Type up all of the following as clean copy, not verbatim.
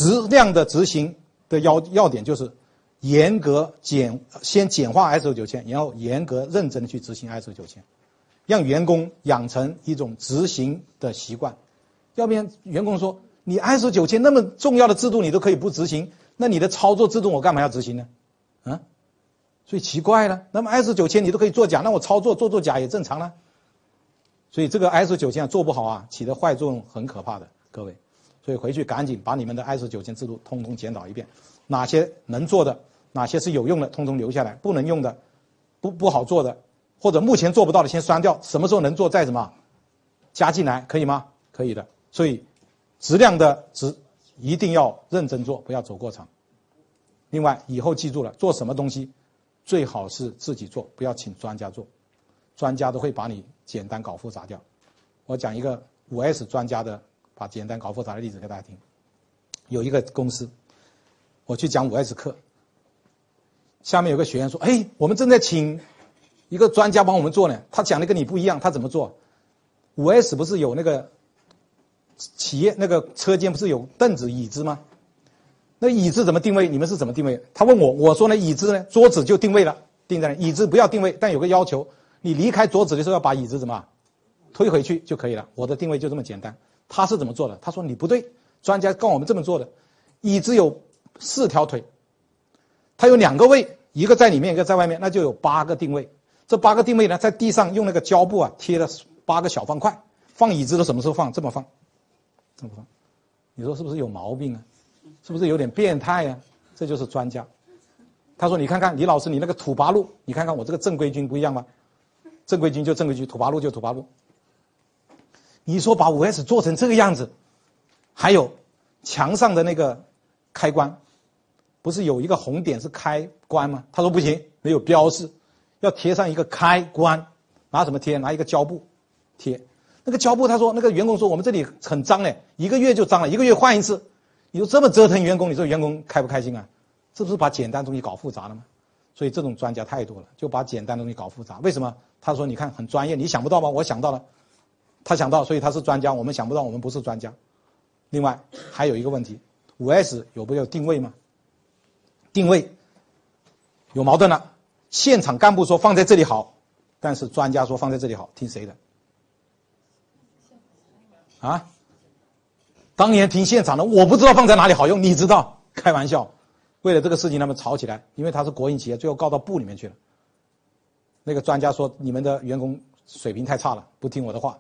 质量的执行的要点就是严格先简化 ISO 9000，然后严格认真的去执行 ISO 9000，让员工养成一种执行的习惯。要不然员工说你 ISO 9000那么重要的制度你都可以不执行，那你的操作制度我干嘛要执行呢？所以奇怪了，那么 ISO 9000你都可以作假，那我操作做假也正常了。所以这个 ISO 9000做不好啊，起的坏作用很可怕的，各位。所以回去赶紧把你们的 ISO 9000制度通通检讨一遍，哪些能做的，哪些是有用的，通通留下来，不能用的，不好做的，或者目前做不到的先删掉，什么时候能做再什么加进来，可以吗？可以的。所以质量的一定要认真做，不要走过场。另外以后记住了，做什么东西最好是自己做，不要请专家做，专家都会把你简单搞复杂掉。我讲一个 5S 专家的把简单搞复杂的例子给大家听。有一个公司，我去讲 5S 课，下面有个学员说，我们正在请一个专家帮我们做呢，他讲的跟你不一样，他怎么做？ 5S 不是有那个企业那个车间不是有凳子椅子吗？那椅子怎么定位？你们是怎么定位？他问我，我说呢，椅子呢，桌子就定位了，定在那，椅子不要定位，但有个要求，你离开桌子的时候要把椅子怎么推回去就可以了。我的定位就这么简单。他是怎么做的？他说你不对，专家告我们这么做的。椅子有4条腿，它有2个位，一个在里面，一个在外面，那就有8个定位。这8个定位呢，在地上用那个胶布贴了8个小方块，放椅子的什么时候放？这么放，这么放。你说是不是有毛病啊？是不是有点变态啊？这就是专家。他说你看看李老师你那个土八路，你看看我这个正规军不一样吗？正规军就正规军，土八路就土八路。你说把 5S 做成这个样子，还有墙上的那个开关，不是有一个红点是开关吗？他说不行，没有标示，要贴上一个开关。拿什么贴？拿一个胶布贴。那个胶布他说那个员工说我们这里很脏嘞，1个月就脏了，1个月换一次。你说这么折腾员工，你说员工开不开心啊？是不是把简单东西搞复杂了吗？所以这种专家太多了，就把简单东西搞复杂。为什么？他说你看很专业，你想不到吗？我想到了，他想到，所以他是专家，我们想不到，我们不是专家。另外还有一个问题， 5S 有没有定位吗？定位有矛盾了，现场干部说放在这里好，但是专家说放在这里好，听谁的？啊？当年听现场的，我不知道放在哪里好用，你知道？开玩笑，为了这个事情他们吵起来，因为他是国营企业，最后告到部里面去了。那个专家说你们的员工水平太差了，不听我的话。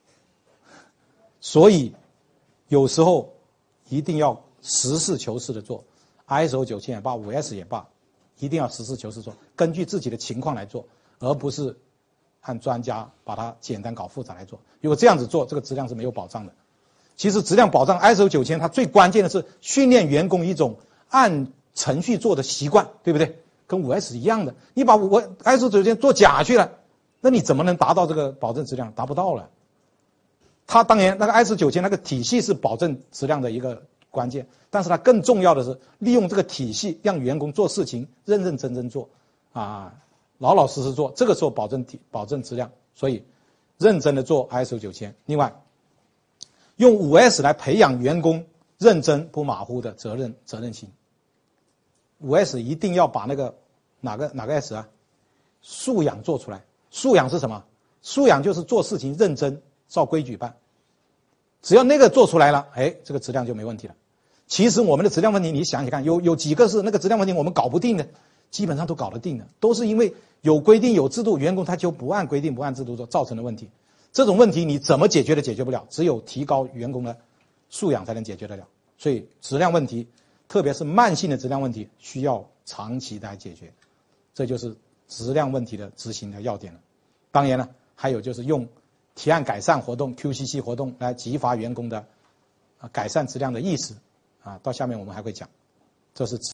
所以有时候一定要实事求是的做， ISO 9000也罢， 5S 也罢，一定要实事求是做，根据自己的情况来做，而不是按专家把它简单搞复杂来做。如果这样子做，这个质量是没有保障的。其实质量保障 ISO 9000它最关键的是训练员工一种按程序做的习惯，对不对？跟 5S 一样的，你把ISO 9000做假去了，那你怎么能达到这个保证质量？达不到了。它当然那个 ISO 9000那个体系是保证质量的一个关键，但是它更重要的是利用这个体系让员工做事情认认真真做老老实实做，这个时候保证质量。所以认真的做 ISO 9000。另外用 5S 来培养员工认真不马虎的责任心。5S 一定要把那个哪个 S 啊，素养做出来。素养是什么？素养就是做事情认真，照规矩办。只要那个做出来了，这个质量就没问题了。其实我们的质量问题，你想想看，有几个是那个质量问题我们搞不定的，基本上都搞得定的，都是因为有规定有制度，员工他就不按规定不按制度做造成的问题。这种问题你怎么解决都解决不了，只有提高员工的素养才能解决得了。所以质量问题，特别是慢性的质量问题，需要长期来解决。这就是质量问题的执行的要点了。当然了，还有就是用提案改善活动 QCC 活动来激发员工的改善质量的意识到下面我们还会讲，这是